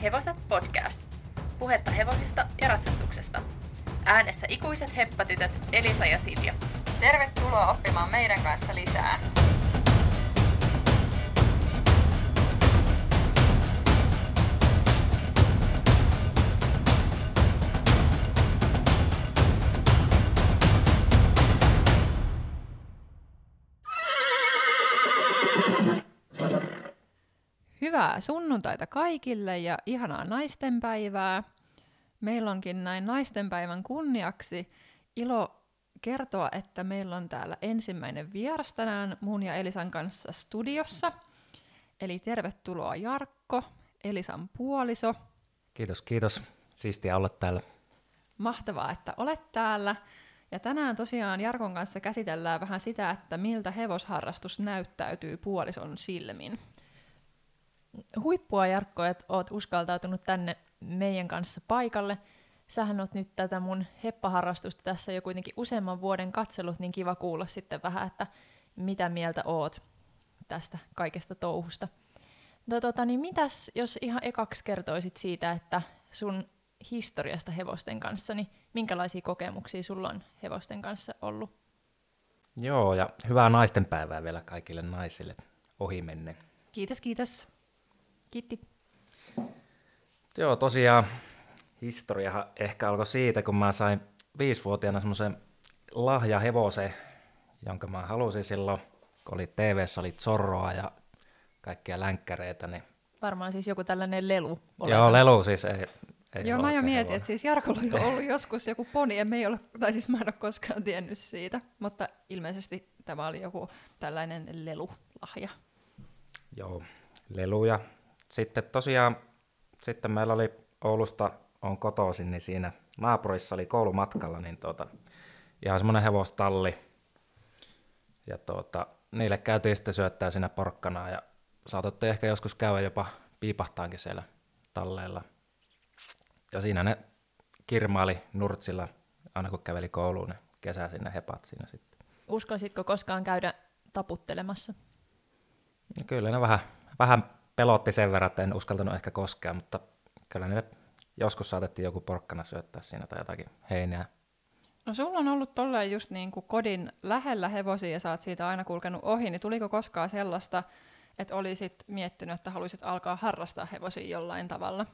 Hevoset podcast. Puhetta hevosista ja ratsastuksesta. Äänessä ikuiset heppatytöt Elisa ja Silja. Tervetuloa oppimaan meidän kanssa lisää. Hyvää sunnuntaita kaikille ja ihanaa naistenpäivää. Meillä onkin näin naistenpäivän kunniaksi ilo kertoa, että meillä on täällä ensimmäinen vieras tänään mun ja Elisan kanssa studiossa. Eli tervetuloa Jarkko, Elisan puoliso. Kiitos. Siistiä olla täällä. Mahtavaa, että olet täällä. Ja tänään tosiaan Jarkon kanssa käsitellään vähän sitä, että miltä hevosharrastus näyttäytyy puolison silmin. Huippua, Jarkko, että oot uskaltautunut tänne meidän kanssa paikalle. Sähän oot nyt tätä mun heppaharrastusta tässä jo kuitenkin useamman vuoden katsellut, niin kiva kuulla sitten vähän, että mitä mieltä oot tästä kaikesta touhusta. Niin mitäs, jos ihan ekaksi kertoisit siitä, että sun historiasta hevosten kanssa, niin minkälaisia kokemuksia sulla on hevosten kanssa ollut? Joo, ja hyvää naistenpäivää vielä kaikille naisille ohimennen. Kiitos. Kiitti. Joo, tosiaan historiahan ehkä alkoi siitä, kun mä sain 5-vuotiaana semmoisen lahjahevosen, jonka mä halusin silloin, kun oli TV:ssä oli Zorroa ja kaikkia länkkäreitä. Niin... Varmaan siis joku tällainen lelu. Joo, lelu siis ei joo, mä jo mietin, että siis Jarkolla on ollut joskus joku poni, mä en ole koskaan tiennyt siitä, mutta ilmeisesti tämä oli joku tällainen lelulahja. Joo, lelu ja sitten tosiaan, sitten meillä oli Oulusta, on kotoisin, niin siinä naapurissa oli koulumatkalla, niin ihan semmoinen hevostalli. Ja niille käytiin sitten syöttää siinä porkkanaa ja saatatte ehkä joskus käydä jopa piipahtaankin siellä talleilla. Ja siinä ne kirmaili nurtsilla, aina kun käveli kouluun, ne kesäisin ne hepat siinä sitten. Uskalsitko koskaan käydä taputtelemassa? Ja kyllä ne vähän pelotti sen verran, että en uskaltanut ehkä koskea, mutta kyllä niille joskus saatettiin joku porkkana syöttää siinä tai jotakin heinää. No sulla on ollut tolleen just niin kuin kodin lähellä hevosia ja sä oot siitä aina kulkenut ohi, niin tuliko koskaan sellaista, että olisit miettinyt, että haluaisit alkaa harrastaa hevosia jollain tavalla?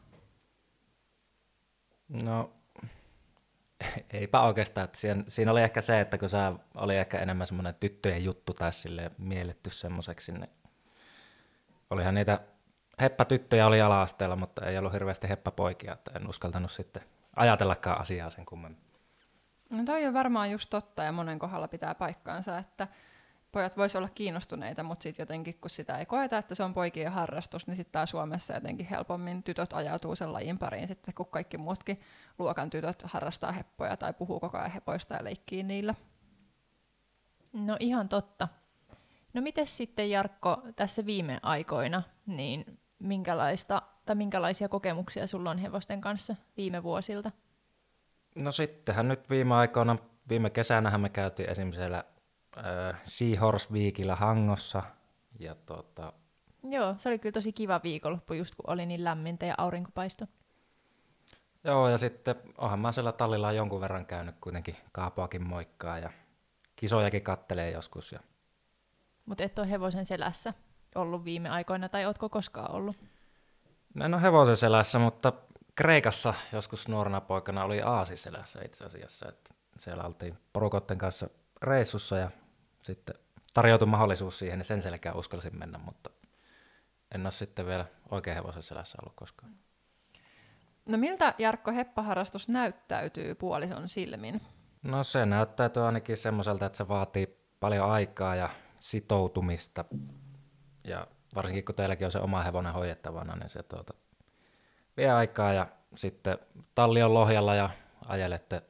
No, eipä oikeastaan. Että siinä oli ehkä se, että kun se oli ehkä enemmän semmoinen tyttöjen juttu tai silleen mielletty semmoiseksi, niin olihan niitä heppatyttöjä oli ala-asteella, mutta ei ollut hirveästi heppapoikia, että en uskaltanut sitten ajatellakaan asiaa sen kummemmin. No toi on varmaan just totta ja monen kohdalla pitää paikkaansa, että pojat vois olla kiinnostuneita, mutta sitten jotenkin kun sitä ei koeta, että se on poikien harrastus, niin sitten taas Suomessa jotenkin helpommin tytöt ajautuu sen lajin pariin sitten, kun kaikki muutkin luokan tytöt harrastaa heppoja tai puhuu koko ajan hepoista ja leikkii niillä. No ihan totta. No mites sitten Jarkko tässä viime aikoina, niin minkälaisia kokemuksia sulla on hevosten kanssa viime vuosilta? No sittenhän nyt viime aikoina, viime kesänähän me käytiin esimerkiksi siellä Seahorse Weekillä Hangossa. Ja Joo, se oli kyllä tosi kiva viikonloppu just kun oli niin lämmintä ja aurinko paistoi. Joo, ja sitten onhan mä siellä tallilla jonkun verran käynyt kuitenkin kaapoakin moikkaa ja kisojakin kattelee joskus. Mutta et ole hevosen selässä ollut viime aikoina, tai ootko koskaan ollut? No en ole hevosen selässä, mutta Kreikassa joskus nuorena poikana oli aasiselässä itse asiassa. Että siellä oltiin porukotten kanssa reissussa ja sitten tarjoutui mahdollisuus siihen, niin sen selkään uskalsin mennä, mutta en ole sitten vielä oikein hevosen selässä ollut koskaan. No miltä, Jarkko, heppaharrastus näyttäytyy puolison silmin? No se näyttäytyy ainakin semmoiselta, että se vaatii paljon aikaa ja sitoutumista. Ja varsinkin kun teilläkin on se oma hevonen hoidettavana, niin se vie aikaa ja sitten talli on Lohjalla ja ajelette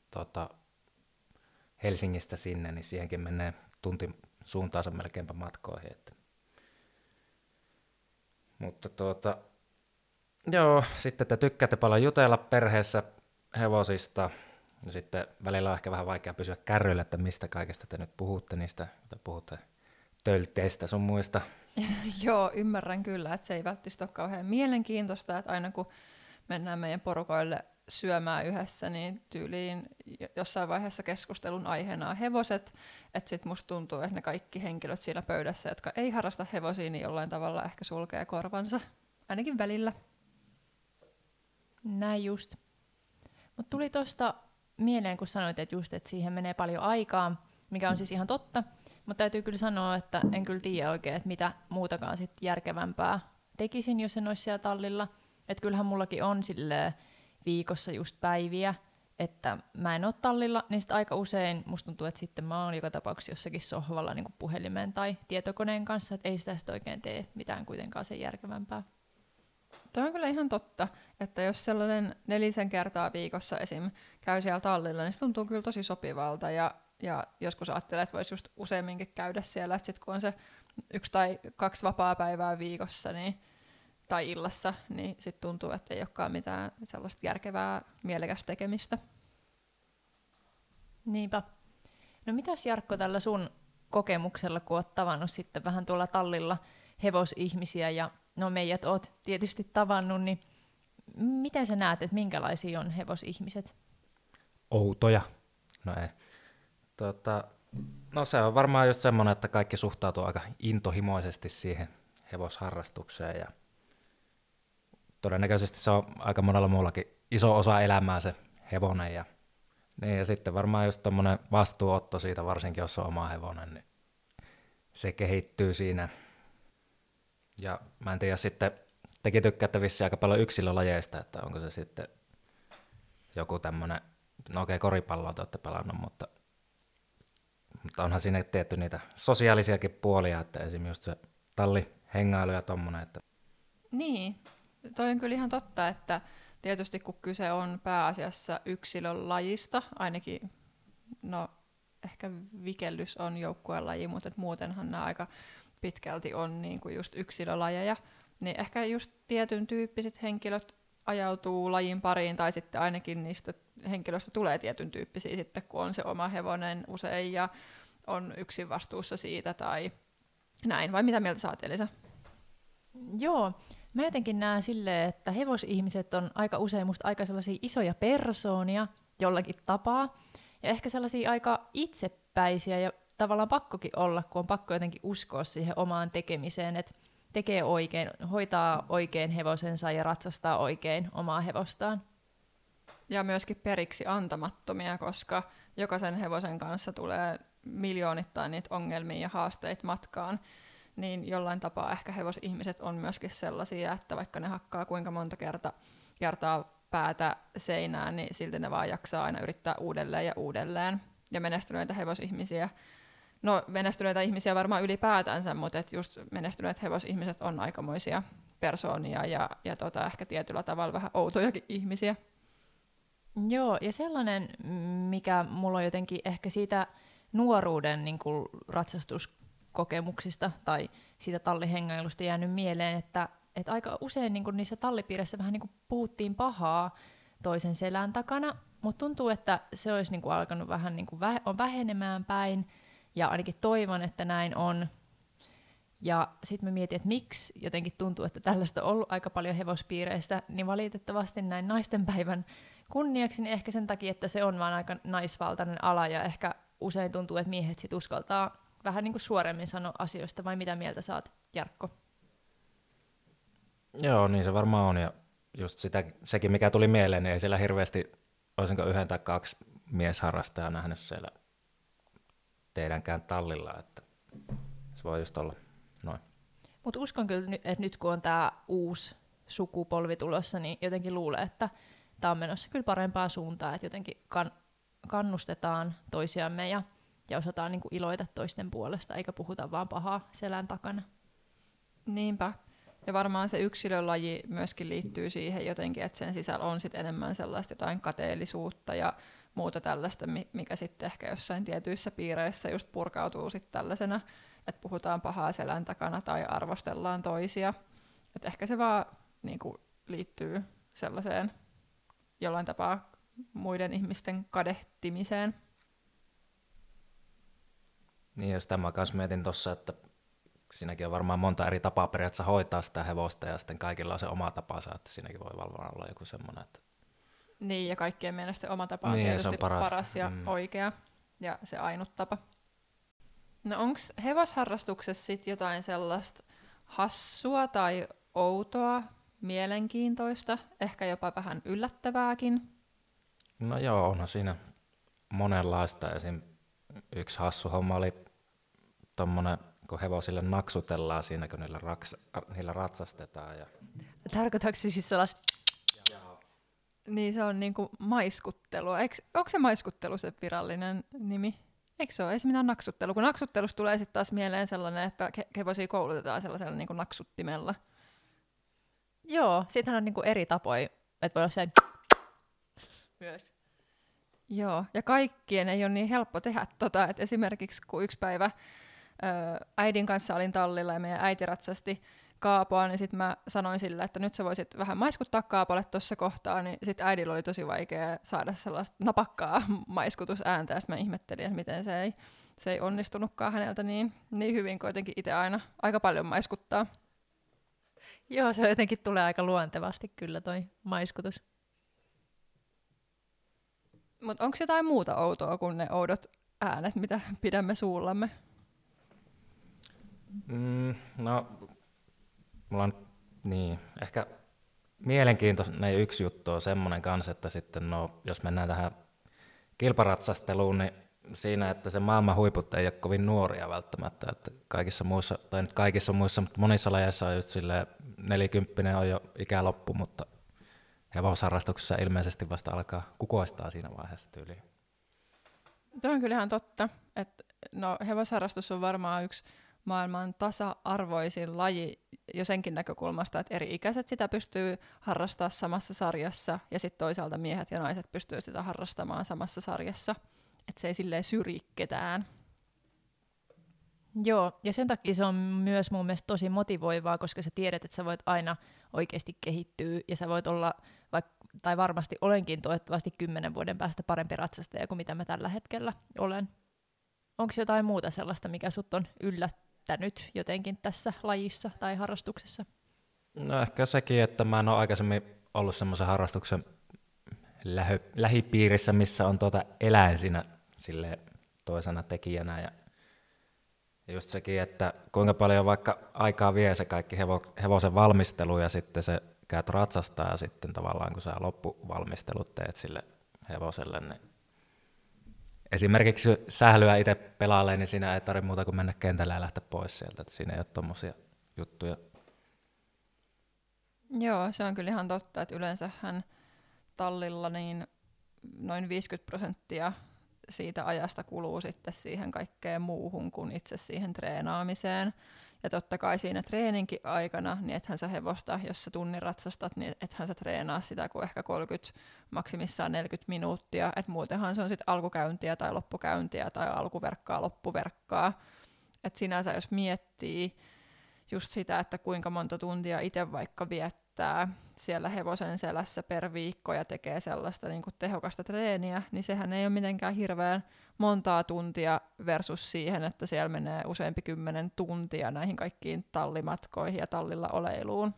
Helsingistä sinne, niin siihenkin menee tunti suuntaansa melkeinpä matkoihin. Mutta joo, sitten te tykkäätte paljon jutella perheessä hevosista, ja sitten välillä on ehkä vähän vaikea pysyä kärryillä, että mistä kaikesta te nyt puhutte, niistä, mitä puhutte tölteistä sun muista. Joo, ymmärrän kyllä, että se ei välttämättä ole kauhean mielenkiintoista, että aina kun mennään meidän porukoille syömään yhdessä, niin tyyliin jossain vaiheessa keskustelun aiheena on hevoset, että sit musta tuntuu, että ne kaikki henkilöt siinä pöydässä, jotka ei harrasta hevosia, niin jollain tavalla ehkä sulkee korvansa, ainakin välillä. Näin just. Mutta tuli tuosta mieleen, kun sanoit, että just, että siihen menee paljon aikaa, mikä on siis ihan totta, mutta täytyy kyllä sanoa, että en kyllä tiedä oikein, että mitä muutakaan sit järkevämpää tekisin, jos en olisi siellä tallilla. Että kyllähän mullakin on silleen viikossa just päiviä, että mä en ole tallilla, niin sit aika usein musta tuntuu, että sitten mä oon joka tapauksessa jossakin sohvalla niin kuin puhelimen tai tietokoneen kanssa, että ei sitä sitten oikein tee mitään kuitenkaan sen järkevämpää. Tuo on kyllä ihan totta, että jos sellainen 4 kertaa viikossa esim. Käy siellä tallilla, niin se tuntuu kyllä tosi sopivalta ja joskus ajattelee, että voisi just useamminkin käydä siellä, että sitten kun on se 1 tai 2 vapaapäivää viikossa tai illassa, niin sitten tuntuu, että ei olekaan mitään sellaista järkevää, mielekästä tekemistä. Niinpä. No mitäs Jarkko tällä sun kokemuksella, kun oot tavannut sitten vähän tuolla tallilla hevosihmisiä ja no meidät oot tietysti tavannut, niin miten sä näet, että minkälaisia on hevosihmiset? Outoja. No ei. No se on varmaan just semmoinen, että kaikki suhtautuu aika intohimoisesti siihen hevosharrastukseen ja todennäköisesti se on aika monella muullakin iso osa elämää se hevonen ja sitten varmaan just tommonen vastuuotto siitä, varsinkin jos on oma hevonen, niin se kehittyy siinä. Ja mä en tiedä sitten, tekin tykkäätte vissiin aika paljon yksilölajeista, että onko se sitten joku tämmönen, no okei, koripalloa te olette pelannut, mutta onhan siinä tietty niitä sosiaalisiakin puolia, että esimerkiksi just se tallihengailu ja tommonen. Että Niin, toi on kyllä ihan totta, että tietysti kun kyse on pääasiassa yksilölajista, ainakin no ehkä vikellys on joukkuelaji, mutta et muutenhan nämä aika pitkälti on niinku just yksilölajeja, niin ehkä just tietyn tyyppiset henkilöt ajautuu lajin pariin, tai sitten ainakin niistä henkilöistä tulee tietyn tyyppisiä sitten, kun on se oma hevonen usein ja on yksin vastuussa siitä tai näin. Vai mitä mieltä sä oot, Elisa? Joo, mä jotenkin näen silleen, että hevosihmiset on aika usein musta aika sellaisia isoja persoonia jollakin tapaa, ja ehkä sellaisia aika itsepäisiä ja tavallaan pakkokin olla, kun on pakko jotenkin uskoa siihen omaan tekemiseen, että tekee oikein, hoitaa oikein hevosensa ja ratsastaa oikein omaa hevostaan. Ja myöskin periksi antamattomia, koska jokaisen hevosen kanssa tulee miljoonittain niitä ongelmia ja haasteita matkaan, niin jollain tapaa ehkä hevosihmiset on myöskin sellaisia, että vaikka ne hakkaa kuinka monta kertaa päätä seinään, niin silti ne vaan jaksaa aina yrittää uudelleen ja uudelleen. Ja menestyneitä hevosihmisiä, no menestyneitä ihmisiä varmaan ylipäätänsä, mutta et just menestyneet hevosihmiset on aikamoisia persoonia ja ehkä tietyllä tavalla vähän outojakin ihmisiä. Joo, ja sellainen, mikä mulla on jotenkin ehkä siitä nuoruuden niin kuin ratsastuskokemuksista tai siitä tallihengailusta jäänyt mieleen, että aika usein niin kuin niissä tallipiireissä vähän niin kuin puhuttiin pahaa toisen selän takana, mutta tuntuu, että se olisi niin kuin alkanut vähän niin kuin on vähenemään päin, ja ainakin toivon, että näin on. Ja sitten mä mietin, että miksi jotenkin tuntuu, että tällaista on ollut aika paljon hevospiireistä, niin valitettavasti näin naistenpäivän kunniaksi, niin ehkä sen takia, että se on vaan aika naisvaltainen ala, ja ehkä usein tuntuu, että miehet sit uskaltaa vähän niin kuin suoremmin sanoa asioista, vai mitä mieltä sä oot, Jarkko? joo, niin se varmaan on, ja just sekin mikä tuli mieleen, niin ei siellä hirveästi, olisinko 1 tai 2 miesharrastajaa nähnyt siellä teidänkään tallilla, että se voi just olla noin. Mutta uskon kyllä, että nyt kun on tämä uusi sukupolvi tulossa, niin jotenkin luulen, että tämä on menossa kyllä parempaan suuntaan, että jotenkin kannustetaan toisiamme ja osataan niinku iloita toisten puolesta, eikä puhuta vaan pahaa selän takana. Niinpä. Ja varmaan se yksilölaji myöskin liittyy siihen jotenkin, että sen sisällä on sit enemmän sellaista jotain kateellisuutta ja muuta tällaista, mikä sitten ehkä jossain tietyissä piireissä just purkautuu sitten tällaisena, että puhutaan pahaa selän takana tai arvostellaan toisia. Että ehkä se vaan niinku liittyy sellaiseen jollain tapaa muiden ihmisten kadehtimiseen. Niin, ja sitä mä kanssa mietin tuossa, että siinäkin on varmaan monta eri tapaa periaatteessa hoitaa sitä hevosta, ja sitten kaikilla on se oma tapansa, että siinäkin voi varmaan olla joku semmoinen, että... Niin, ja kaikkien mielestä oma tapa on Niin, tietysti se on paras. ja oikea, ja se ainut tapa. No onko hevosharrastuksessa sitten jotain sellaista hassua tai outoa, mielenkiintoista, ehkä jopa vähän yllättävääkin? No joo, onhan siinä monenlaista. Esim. Yksi hassu homma oli tommonen, kun hevosille naksutellaan siinä, kun niillä ratsastetaan. Ja... Tarkoitatko se siis sellaista... Niin se on niinku maiskuttelua. Onko se maiskuttelu se virallinen nimi? Eikö se ole? Ei se mitään naksuttelu. Kun naksuttelusta tulee sitten taas mieleen sellainen, että hevosia koulutetaan sellaisella niinku naksuttimella. Joo, siitähän on niinku eri tapoja, että voi olla se myös. Joo, ja kaikkien ei ole niin helppo tehdä että esimerkiksi kun yksi päivä äidin kanssa olin tallilla ja meidän äiti ratsasti Kaapoa, niin sitten mä sanoin sille, että nyt sä voisit vähän maiskuttaa Kaapolle tuossa kohtaa, niin sitten äidillä oli tosi vaikea saada sellaista napakkaa maiskutusääntä, ja sitten mä ihmettelin, että miten se ei onnistunutkaan häneltä niin hyvin, kuitenkin itse aina aika paljon maiskuttaa. Joo, se jotenkin tulee aika luontevasti kyllä toi maiskutus. Mutta onko jotain muuta outoa kuin ne oudot äänet, mitä pidämme suullamme? No, mulla on ehkä mielenkiintoinen yksi juttu on semmoinen kanssa, että sitten jos mennään tähän kilparatsasteluun, niin siinä, että se maailman huiput ei ole kovin nuoria välttämättä, että kaikissa muissa, tai nyt kaikissa muissa, mutta monissa lajeissa on just silleen 40 on jo ikäloppu, mutta hevosharrastuksessa ilmeisesti vasta alkaa kukoistaa siinä vaiheessa tyyliin. Tuo on kyllä ihan totta, että hevosharrastus on varmaan yksi maailman tasa-arvoisin laji jo senkin näkökulmasta, että eri ikäiset sitä pystyy harrastamaan samassa sarjassa, ja sitten toisaalta miehet ja naiset pystyy sitä harrastamaan samassa sarjassa, että se ei silleen syrji ketään. Joo, ja sen takia se on myös mun mielestä tosi motivoivaa, koska sä tiedät, että sä voit aina oikeasti kehittyä, ja sä voit olla, tai varmasti olenkin toivottavasti 10 vuoden päästä parempi ratsastaja kuin mitä mä tällä hetkellä olen. Onko jotain muuta sellaista, mikä sut on yllättänyt jotenkin tässä lajissa tai harrastuksessa? No ehkä sekin, että mä en ole aikaisemmin ollut semmoisen harrastuksen lähipiirissä, missä on eläin siinä silleen toisena tekijänä. Ja just sekin, että kuinka paljon vaikka aikaa vie se kaikki hevosen valmistelu ja sitten se käyt ratsastaa ja sitten tavallaan kun sä loppuvalmistelut teet sille hevoselle, niin esimerkiksi sählyä itse pelailee, niin siinä ei tarvitse muuta kuin mennä kentälle ja lähteä pois sieltä, että siinä ei ole tommosia juttuja. Joo, se on kyllä ihan totta, että yleensähän tallilla niin noin 50% siitä ajasta kuluu sitten siihen kaikkeen muuhun kuin itse siihen treenaamiseen. Ja totta kai siinä treeninkin aikana, niin ethän sä hevosta, jos sä tunnin ratsastat, niin ethän sä treenaa sitä kuin ehkä 30, maksimissaan 40 minuuttia. Et muutenhan se on sitten alkukäyntiä tai loppukäyntiä tai alkuverkkaa, loppuverkkaa. Et sinänsä jos miettii just sitä, että kuinka monta tuntia itse vaikka viettää siellä hevosen selässä per viikko ja tekee sellaista niin kuin tehokasta treeniä, niin sehän ei ole mitenkään hirveän montaa tuntia versus siihen, että siellä menee useampi 10 tuntia näihin kaikkiin tallimatkoihin ja tallilla oleiluun.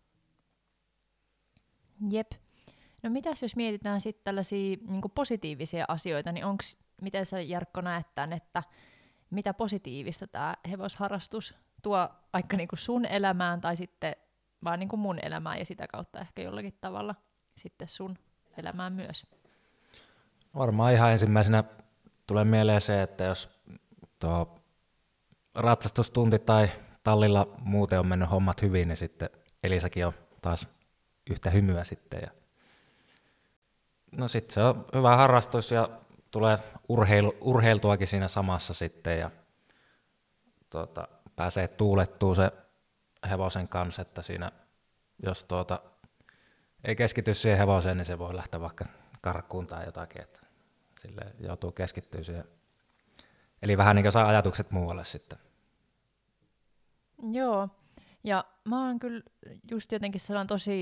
Jep. No mitäs jos mietitään sitten tällaisia niin kuin positiivisia asioita, niin miten sä Jarkko näet tämän, että mitä positiivista tämä hevosharrastus tuo vaikka niin kuin sun elämään tai sitten vaan niin kuin mun elämään ja sitä kautta ehkä jollakin tavalla sitten sun elämään myös? Varmaan ihan ensimmäisenä tulee mieleen se, että jos tuo ratsastustunti tai tallilla muuten on mennyt hommat hyvin, niin sitten Elisakin on taas yhtä hymyä sitten. Ja no sitten se on hyvä harrastus ja tulee urheiltuakin siinä samassa sitten ja pääsee tuulettua se hevosen kanssa, että siinä jos ei keskity siihen hevoseen, niin se voi lähteä vaikka karkuun tai jotakin, että sille joutuu keskittyä siihen. Eli vähän niin kuin saa ajatukset muualle sitten. Joo, ja mä oon kyllä just jotenkin sellainen tosi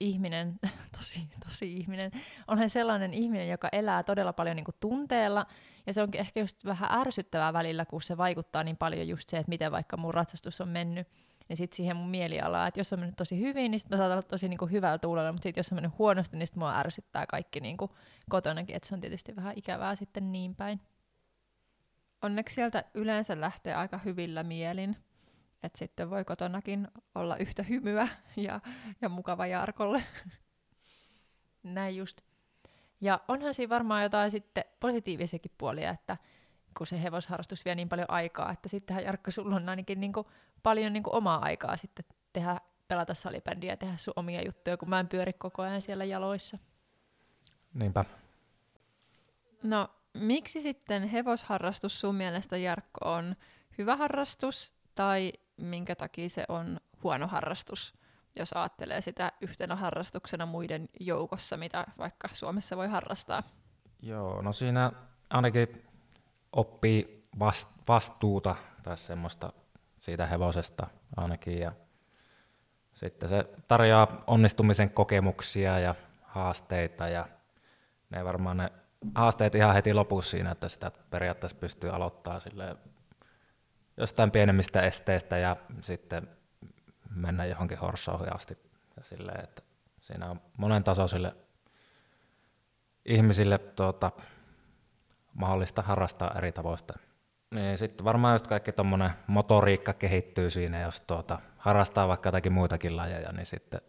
ihminen, tosi ihminen, on hän sellainen ihminen, joka elää todella paljon niin kuin tunteella, ja se onkin ehkä just vähän ärsyttävää välillä, kun se vaikuttaa niin paljon just se, että miten vaikka mun ratsastus on mennyt, niin sitten siihen mun mielialaa, että jos on mennyt tosi hyvin, niin sitten mä saatan olla tosi niin kuin hyvällä tuulella, mutta sitten jos on mennyt huonosti, niin sitten mua ärsyttää kaikki niin kuin kotonakin, että se on tietysti vähän ikävää sitten niin päin. Onneksi sieltä yleensä lähtee aika hyvillä mielin, että sitten voi kotonakin olla yhtä hymyä ja mukava Jarkolle. Näin just. Ja onhan siinä varmaan jotain sitten positiivisiakin puolia, että kun se hevosharrastus vie niin paljon aikaa, että sittenhän Jarkko, sulla on ainakin niinku paljon niinku omaa aikaa sitten pelata salibändiä ja tehdä sun omia juttuja, kun mä en pyöri koko ajan siellä jaloissa. Niinpä. No, miksi sitten hevosharrastus sun mielestä, Jarkko, on hyvä harrastus tai minkä takia se on huono harrastus, jos ajattelee sitä yhtenä harrastuksena muiden joukossa, mitä vaikka Suomessa voi harrastaa? Joo, no siinä ainakin oppii vastuuta tai semmoista siitä hevosesta ainakin, ja sitten se tarjoaa onnistumisen kokemuksia ja haasteita, ja ne varmaan ne haasteet ihan heti lopussa siinä, että sitä periaatteessa pystyy aloittaa silleen jostain pienemmistä esteistä ja sitten mennä johonkin horsauihin asti. Ja silleen, että siinä on monen tasoisille ihmisille mahdollista harrastaa eri tavoista. Niin sitten varmaan just kaikki tommonen motoriikka kehittyy siinä, jos harrastaa vaikka jotakin muitakin lajeja, niin sitten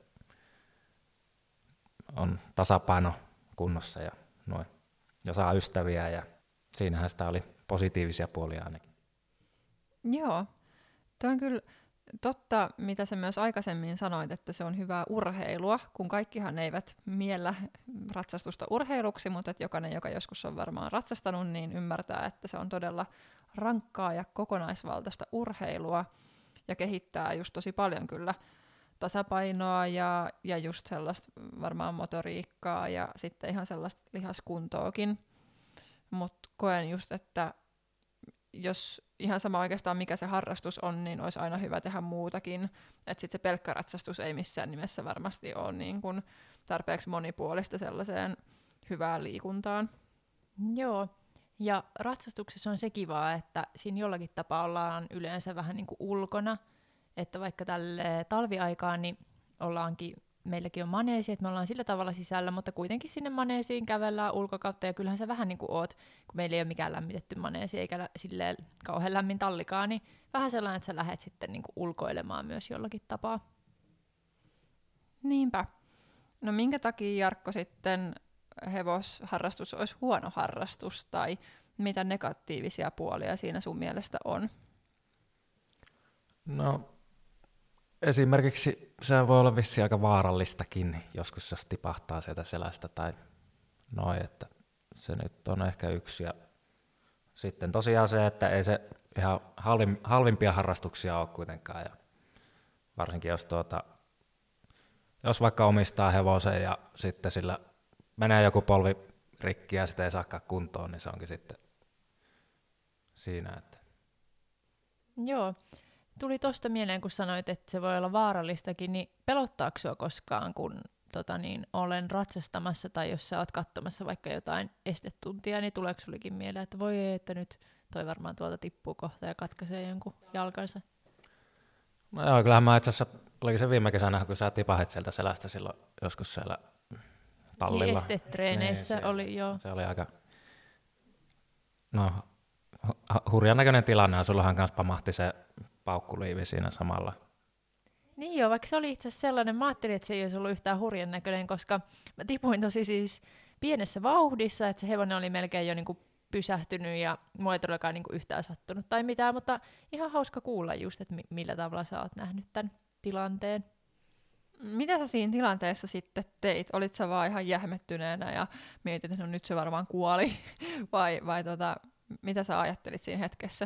on tasapaino kunnossa ja noin. Ja saa ystäviä, ja siinähän sitä oli positiivisia puolia ainakin. Joo, tuo on kyllä totta, mitä sä myös aikaisemmin sanoit, että se on hyvää urheilua, kun kaikkihan eivät miellä ratsastusta urheiluksi, mutta että jokainen, joka joskus on varmaan ratsastanut, niin ymmärtää, että se on todella rankkaa ja kokonaisvaltaista urheilua ja kehittää just tosi paljon kyllä tasapainoa ja just sellaista varmaan motoriikkaa ja sitten ihan sellaista lihaskuntoakin, mutta koen just, että jos ihan sama oikeastaan mikä se harrastus on, niin olisi aina hyvä tehdä muutakin. Että sitten se pelkkä ratsastus ei missään nimessä varmasti ole niin kuin tarpeeksi monipuolista sellaiseen hyvään liikuntaan. Joo, ja ratsastuksessa on se kivaa, että siinä jollakin tapaa ollaan yleensä vähän niin kuin ulkona, että vaikka tälle talviaikaan niin meilläkin on maneesi, että me ollaan sillä tavalla sisällä, mutta kuitenkin sinne maneesiin kävellään ulkokautta, ja kyllähän sä vähän niin kuin oot, kun meillä ei ole mikään lämmitetty maneesi, eikä silleen kauhean lämmin tallikaan, niin vähän sellainen, että sä lähdet sitten niin kuin ulkoilemaan myös jollakin tapaa. Niinpä. No minkä takia, Jarkko, sitten hevosharrastus olisi huono harrastus, tai mitä negatiivisia puolia siinä sun mielestä on? No esimerkiksi se voi olla vissiin aika vaarallistakin, joskus jos tipahtaa sieltä selästä tai noin, että se nyt on ehkä yksi. Ja sitten tosiaan se, että ei se ihan halvimpia harrastuksia ole kuitenkaan, ja varsinkin jos vaikka omistaa hevosen ja sitten sillä menee joku polvi rikki ja sitä ei saakaan kuntoon, niin se onkin sitten siinä. Että. Joo. Tuli tosta mieleen, kun sanoit, että se voi olla vaarallistakin, niin pelottaako sua koskaan, kun olen ratsastamassa tai jos sä oot katsomassa vaikka jotain estetuntia, niin tuleeko sullekin mieleen, että voi ei, että nyt toi varmaan tuolta tippuu kohta ja katkaisee jonkun jalkansa? No joo, kyllähän mä itse asiassa, oliko se viime kesänä, kun sä tipahit sieltä selästä silloin joskus siellä tallilla. Niin estetreeneissä niin, oli, joo. Se oli aika hurjan näköinen tilanne, ja sullahan kanssa pamahti se paukkuliivi siinä samalla. Niin joo, vaikka se oli itse asiassa sellainen, mä ajattelin, että se ei olisi ollut yhtään hurjan näköinen, koska mä tipuin tosi siis pienessä vauhdissa, että se hevonen oli melkein jo niinku pysähtynyt ja mulla ei todellakaan niinku yhtään sattunut tai mitään, mutta ihan hauska kuulla just, että millä tavalla sä oot nähnyt tämän tilanteen. Mitä sä siinä tilanteessa sitten teit? Olit sä vaan ihan jähmettyneenä ja mietit, että no nyt se varmaan kuoli, vai mitä sä ajattelit siinä hetkessä?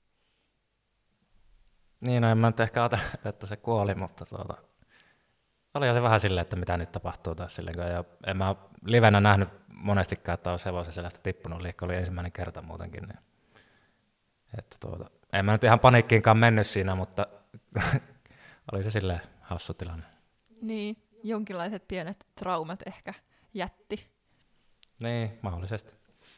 Niin, no en mä nyt ehkä ajata, että se kuoli, mutta oli se vähän silleen, että mitä nyt tapahtuu taas silleen, en mä livenä nähnyt monestikaan, että olisi hevosen selästä tippunut, liikko oli ensimmäinen kerta muutenkin. Niin. Että en mä nyt ihan paniikkiinkaan mennyt siinä, mutta oli se silleen hassu tilanne. Niin, Jonkinlaiset pienet traumat ehkä jätti. Niin, mahdollisesti.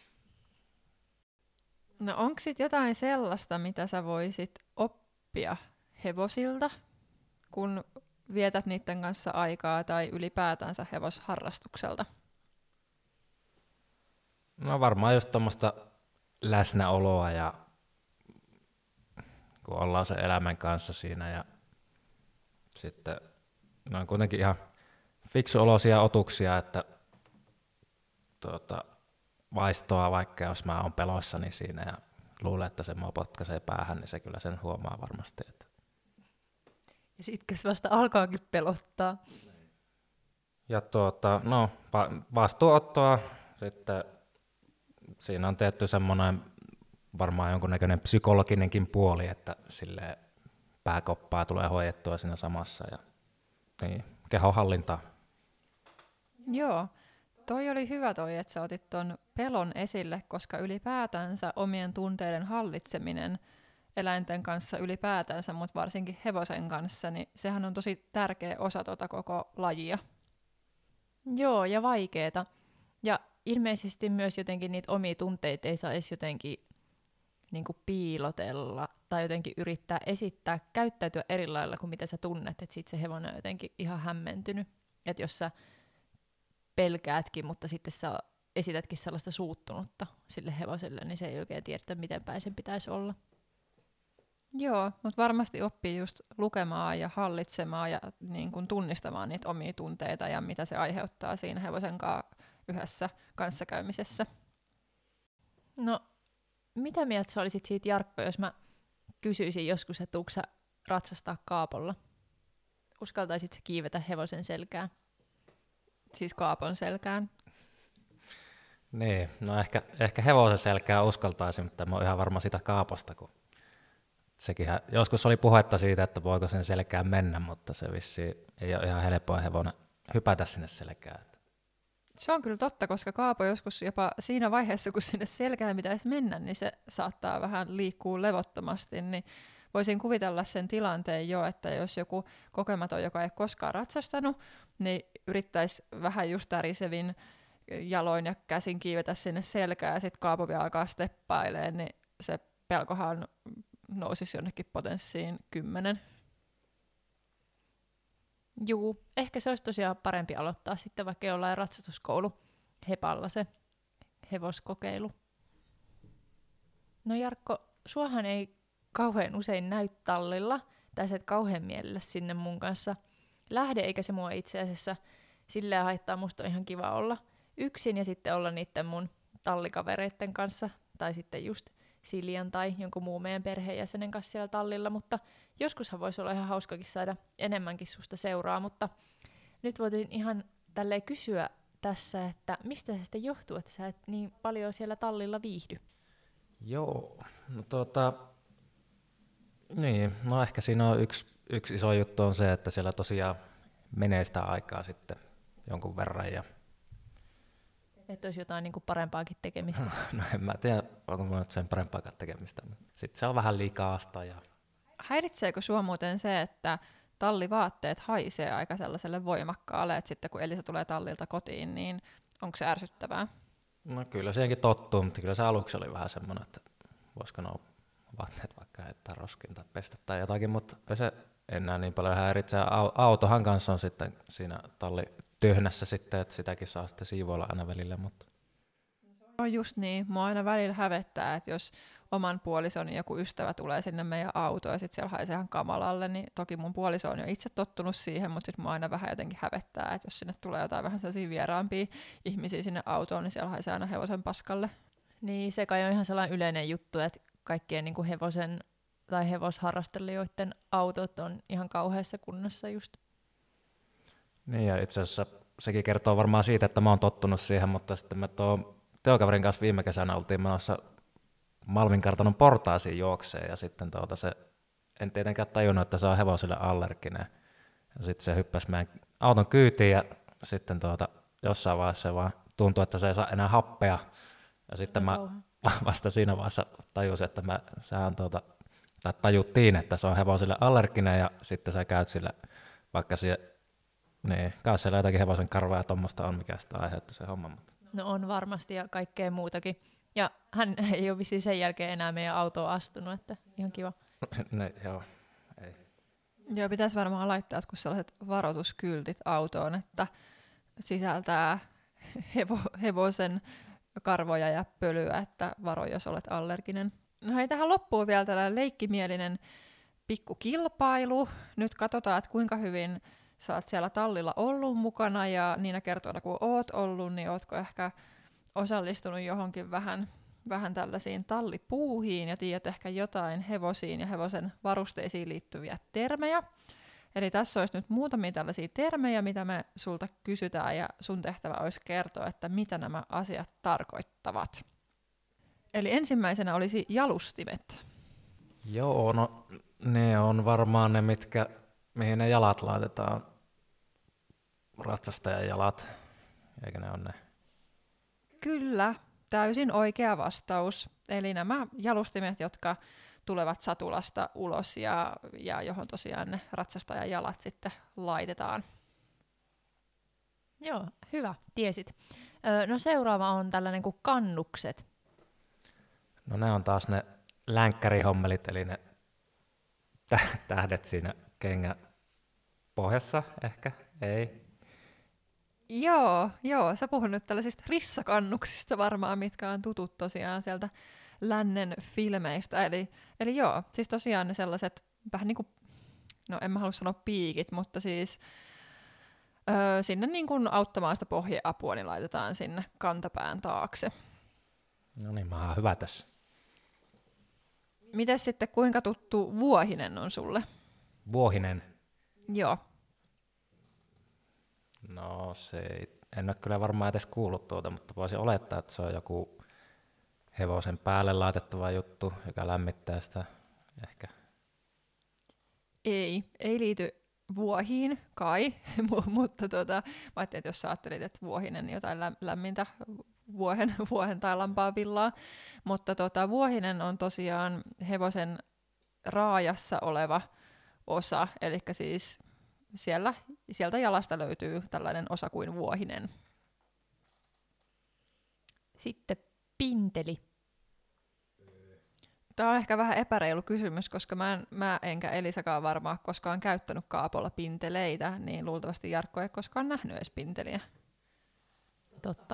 No onko sitten jotain sellaista, mitä sä voisit oppia hevosilta, kun vietät niiden kanssa aikaa tai ylipäätänsä hevosharrastukselta? No varmaan just tuommoista läsnäoloa ja kun ollaan sen elämän kanssa siinä ja sitten ne on kuitenkin ihan fiksuoloisia otuksia, että vaistoa vaikka jos mä oon peloissani siinä ja luulen, että se mua potkaisee päähän, niin se kyllä sen huomaa varmasti. Että. Ja sitten kun vasta alkaakin pelottaa. Ja vastuuottoa sitten siinä on tietty semmoinen varmaan jonkunnäköinen psykologinenkin puoli, että sille pääkoppaa tulee hoidettua siinä samassa ja niin, kehonhallintaa. Joo, toi oli hyvä että sä otit ton pelon esille, koska ylipäätänsä omien tunteiden hallitseminen eläinten kanssa ylipäätänsä, mutta varsinkin hevosen kanssa, niin sehän on tosi tärkeä osa tota koko lajia. Joo, ja vaikeeta. Ja ilmeisesti myös jotenkin niitä omia tunteita ei saa edes jotenkin niin kuin piilotella tai jotenkin yrittää esittää, käyttäytyä eri lailla kuin mitä sä tunnet, että sit se hevonen on jotenkin ihan hämmentynyt. Että jos sä pelkäätkin, mutta sitten sä esitätkin sellaista suuttunutta sille hevoselle, niin se ei oikein tiedä, miten päin sen pitäisi olla. Joo, mutta varmasti oppii just lukemaan ja hallitsemaan ja niin kun tunnistamaan niitä omia tunteita ja mitä se aiheuttaa siinä hevosen kanssa yhdessä kanssakäymisessä. No, mitä mieltä sä olisit siitä, Jarkko, jos mä kysyisin joskus, että tuutko sä ratsastaa kaapolla? Uskaltaisit sä kiivetä hevosen selkään? Siis kaapon selkään. Niin, no ehkä hevosen selkää uskaltaisin, mutta mä oon ihan varma sitä kaaposta, kun sekinhän joskus oli puhetta siitä, että voiko sen selkään mennä, mutta se vissiin ei ole ihan helppoa hevonen hypätä sinne selkään. Se on kyllä totta, koska kaapo joskus jopa siinä vaiheessa, kun sinne selkään pitäisi mennä, niin se saattaa vähän liikkua levottomasti, niin voisin kuvitella sen tilanteen jo, että jos joku kokematon, joka ei koskaan ratsastanut, niin yrittäisi vähän just tärisevin jaloin ja käsin kiivetä sinne selkään ja sitten kaapo vielä alkaa steppailemaan, niin se pelkohan nousisi jonnekin potenssiin 10. Juu, ehkä se olisi tosiaan parempi aloittaa sitten vaikka jollain ratsastuskoulu hepalla se hevoskokeilu. No Jarkko, suohan ei kauhean usein näy tallilla, tai sä et kauhean mielellä sinne mun kanssa lähde, eikä se mua itse asiassa silleen haittaa, musta on ihan kiva olla yksin ja sitten olla niiden mun tallikavereiden kanssa, tai sitten just Siljan tai jonkun muun meidän perheenjäsenen kanssa siellä tallilla, mutta joskushan voisi olla ihan hauskakin saada enemmänkin susta seuraa, mutta nyt voisin ihan tälleen kysyä tässä, että mistä se sitten johtuu, että sä et niin paljon siellä tallilla viihdy? Joo, niin, no ehkä siinä on yksi iso juttu on se, että siellä tosiaan menee sitä aikaa sitten jonkun verran. Ja että olisi jotain niin kuin parempaakin tekemistä. No en mä tiedä, onko minulla nyt sen parempaakaan tekemistä. Sitten se on vähän liikaasta. Ja häiritseekö sua muuten se, että tallivaatteet haisee aika sellaiselle voimakkaalle, että sitten kun Elisa tulee tallilta kotiin, niin onko se ärsyttävää? No kyllä siihenkin tottuu, mutta kyllä se aluksi oli vähän semmoinen, että voisiko nuo vaatteet vaikka heittää roskiin tai pestä tai jotakin, mutta se enää niin paljon häiritse. Autohan kanssa on sitten siinä tallityhnässä sitten, että sitäkin saa sitten siivoilla aina välillä. Mutta No just niin, mua aina välillä hävettää, että jos oman puolison joku ystävä tulee sinne meidän autoon ja sitten siellä haisee ihan kamalalle, niin toki mun puoliso on jo itse tottunut siihen, mutta sitten mua aina vähän jotenkin hävettää, että jos sinne tulee jotain vähän sellaisia vieraampia ihmisiä sinne autoon, niin siellä haisee aina hevosen paskalle. Niin se kai on ihan sellainen yleinen juttu, että kaikkien niin kuin hevosen tai hevosharrastelijoiden autot on ihan kauheassa kunnossa just. niin ja itse asiassa sekin kertoo varmaan siitä, että mä oon tottunut siihen, mutta sitten me työkaverin kanssa viime kesänä oltiin menossa Malmin kartanon portaisiin juokseen ja sitten se en tietenkään tajunnut, että se on hevosille allerginen. Ja sitten se hyppäsi meidän auton kyytiin ja sitten jossain vaiheessa se vaan tuntui, että se ei saa enää happea. Ja sitten mä vasta siinä vaiheessa tajusin, että tajuttiin, että se on hevosille allerginen ja sitten sä käyt sille vaikka siihen Niin, kai siellä jotakin hevosen karvaa ja tuommoista on, mikä sitä aiheutti se homma. Mutta. No on varmasti ja kaikkea muutakin. Ja hän ei ole vissiin sen jälkeen enää meidän autoon astunut, että ihan kiva. Ne, joo, ei. Joo, pitäisi varmaan laittaa jotkut sellaiset varoituskyltit autoon, että sisältää hevosen karvoja ja pölyä, että varo, jos olet allerginen. No hei, tähän loppuu vielä tällainen leikkimielinen pikkukilpailu. Nyt katsotaan, että kuinka hyvin sä oot siellä tallilla ollut mukana, ja niinä kertoina, kun oot ollut, niin ootko ehkä osallistunut johonkin vähän tällaisiin tallipuuhiin, ja tiedät ehkä jotain hevosiin ja hevosen varusteisiin liittyviä termejä. Eli tässä olisi nyt muutamia tällaisia termejä, mitä me sulta kysytään, ja sun tehtävä olisi kertoa, että mitä nämä asiat tarkoittavat. Eli ensimmäisenä olisi jalustimet. Joo, no ne on varmaan ne, mihin ne jalat laitetaan. Ratsastajan jalat, eikö ne ole ne? Kyllä, täysin oikea vastaus. Eli nämä jalustimet, jotka tulevat satulasta ulos ja johon tosiaan ne ratsastajan jalat sitten laitetaan. Joo, hyvä, tiesit. No seuraava on tällainen kuin kannukset. No ne on taas ne länkkärihommelit, eli ne tähdet siinä kengän pohjassa ehkä, ei. Joo, sä puhun nyt tällaisista rissakannuksista varmaan, mitkä on tutut tosiaan sieltä lännen filmeistä. Eli joo, siis tosiaan ne sellaiset vähän niin kuin, no en mä halua sanoa piikit, mutta siis sinne niin kuin auttamaan sitä pohjeapua, niin laitetaan sinne kantapään taakse. No niin, mä oon hyvä tässä. Mites sitten, kuinka tuttu vuohinen on sulle? Vuohinen. Joo. No en ole kyllä varmaan edes kuullut tuota, mutta voisin olettaa, että se on joku hevosen päälle laitettava juttu, joka lämmittää sitä ehkä. Ei liity vuohiin, kai, mutta mä ajattelin, että jos sä ajattelit, että vuohinen, niin jotain lämmintä vuohen tai lampaan villaa, mutta vuohinen on tosiaan hevosen raajassa oleva osa, eli siis sieltä jalasta löytyy tällainen osa kuin vuohinen. Sitten pinteli. Tämä on ehkä vähän epäreilu kysymys, koska mä enkä Elisakaan varmaan koskaan käyttänyt kaapolla pinteleitä, niin luultavasti Jarkko ei koskaan nähnyt edes pinteliä. Totta.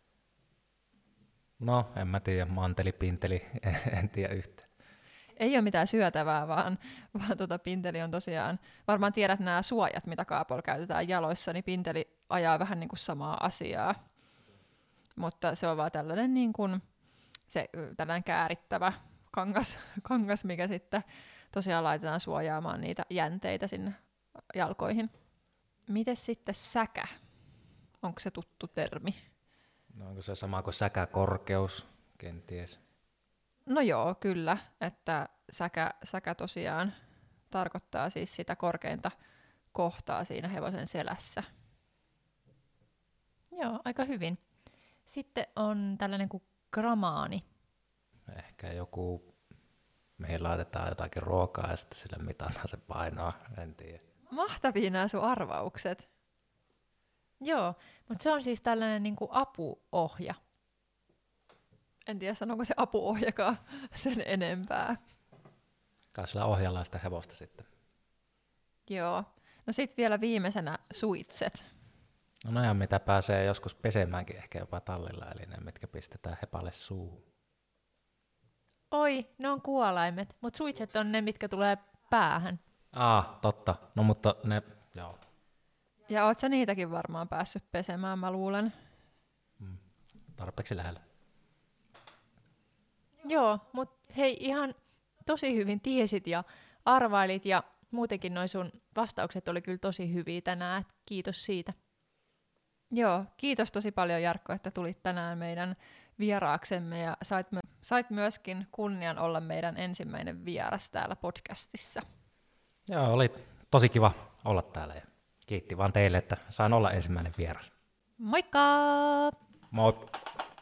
No, en mä tiedä, manteli, pinteli, en tiedä yhtään. Ei ole mitään syötävää, vaan pinteli on tosiaan, varmaan tiedät nämä suojat, mitä kaapolla käytetään jaloissa, niin pinteli ajaa vähän niin kuin samaa asiaa. Mutta se on vaan tällainen, niin kuin, tällainen käärittävä kangas, mikä sitten tosiaan laitetaan suojaamaan niitä jänteitä sinne jalkoihin. Mites sitten säkä? Onko se tuttu termi? No onko se sama kuin säkäkorkeus, kenties? No joo, kyllä, että säkä tosiaan tarkoittaa siis sitä korkeinta kohtaa siinä hevosen selässä. Joo, aika hyvin. Sitten on tällainen kuin gramaani. Ehkä joku, mihin laitetaan jotakin ruokaa ja sitten sille mitataan se painoa, en tiedä. Mahtavia nämä sun arvaukset. Joo, mutta se on siis tällainen niin kuin apuohja. En tiedä, sanooko se apuohjakaan sen enempää. Kai sillä ohjallaan sitä hevosta sitten. Joo. No sit vielä viimeisenä suitset. No ja mitä pääsee joskus pesemäänkin ehkä jopa tallilla, eli ne, mitkä pistetään hepalle suuhun. Oi, ne on kuolaimet, mutta suitset on ne, mitkä tulee päähän. Totta. No mutta ne, joo. Ja oot sä niitäkin varmaan päässyt pesemään, mä luulen. Tarpeeksi lähellä. Joo, mutta hei, ihan tosi hyvin tiesit ja arvailit ja muutenkin noi sun vastaukset oli kyllä tosi hyviä tänään, et kiitos siitä. Joo, kiitos tosi paljon Jarkko, että tulit tänään meidän vieraaksemme ja sait myöskin kunnian olla meidän ensimmäinen vieras täällä podcastissa. Joo, oli tosi kiva olla täällä ja kiitti vaan teille, että sain olla ensimmäinen vieras. Moikka! Moi!